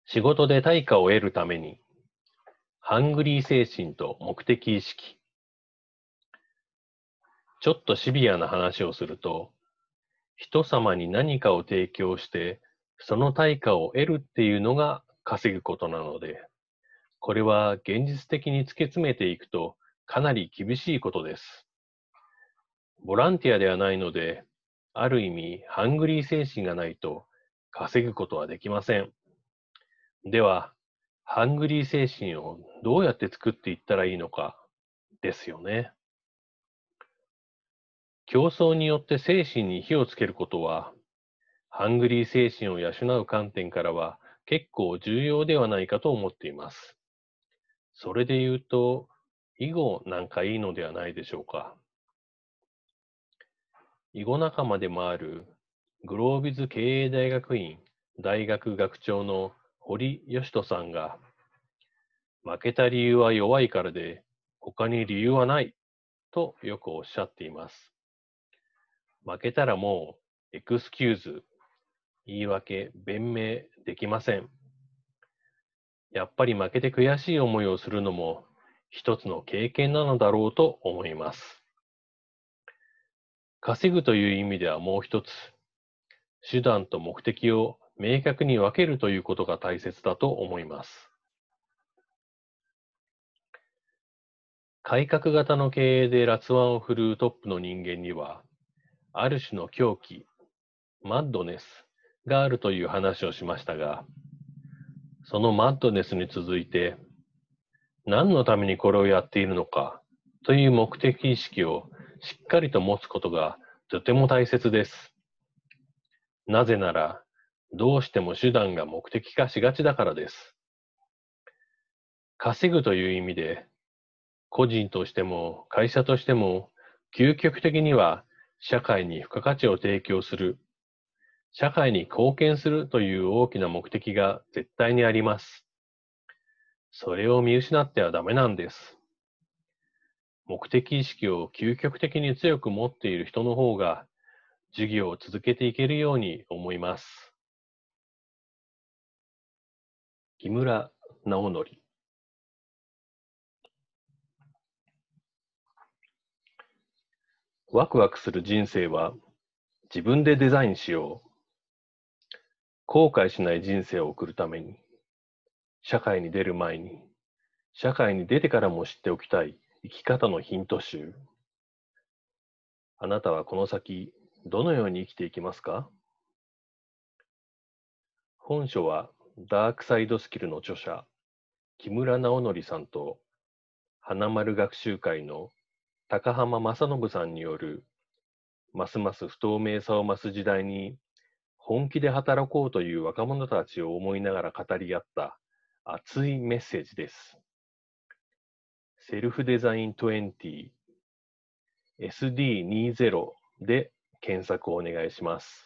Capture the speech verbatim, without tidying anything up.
仕事で対価を得るために、ハングリー精神と目的意識。ちょっとシビアな話をすると、人様に何かを提供して、その対価を得るっていうのが稼ぐことなので、これは現実的に突き詰めていくとかなり厳しいことです。ボランティアではないので、ある意味ハングリー精神がないと稼ぐことはできません。では、ハングリー精神をどうやって作っていったらいいのかですよね。競争によって精神に火をつけることは、ハングリー精神を養う観点からは結構重要ではないかと思っています。それで言うと、囲碁なんかいいのではないでしょうか。囲碁仲間でもあるグロービズ経営大学院大学学長の堀義人さんが、負けた理由は弱いからで、他に理由はないとよくおっしゃっています。負けたらもうエクスキューズ、言い訳、弁明できません。やっぱり負けて悔しい思いをするのも一つの経験なのだろうと思います。稼ぐという意味ではもう一つ、手段と目的を明確に分けるということが大切だと思います。改革型の経営で辣腕を振るうトップの人間には、ある種の狂気、マッドネスがあるという話をしましたが、そのマッドネスに続いて、何のためにこれをやっているのかという目的意識をしっかりと持つことがとても大切です。なぜなら、どうしても手段が目的化しがちだからです。稼ぐという意味で、個人としても会社としても、究極的には社会に付加価値を提供する、社会に貢献するという大きな目的が絶対にあります。それを見失ってはダメなんです。目的意識を究極的に強く持っている人の方が、授業を続けていけるように思います。木村直則。ワクワクする人生は自分でデザインしよう。後悔しない人生を送るために、社会に出る前に、社会に出てからも知っておきたい生き方のヒント集。あなたはこの先、どのように生きていきますか？本書は、ダークサイドスキルの著者、木村直則さんと、花丸学習会の高浜正信さんによる、ますます不透明さを増す時代に、本気で働こうという若者たちを思いながら語り合った熱いメッセージです。セルフデザインにじゅう、エスディーにじゅう で検索をお願いします。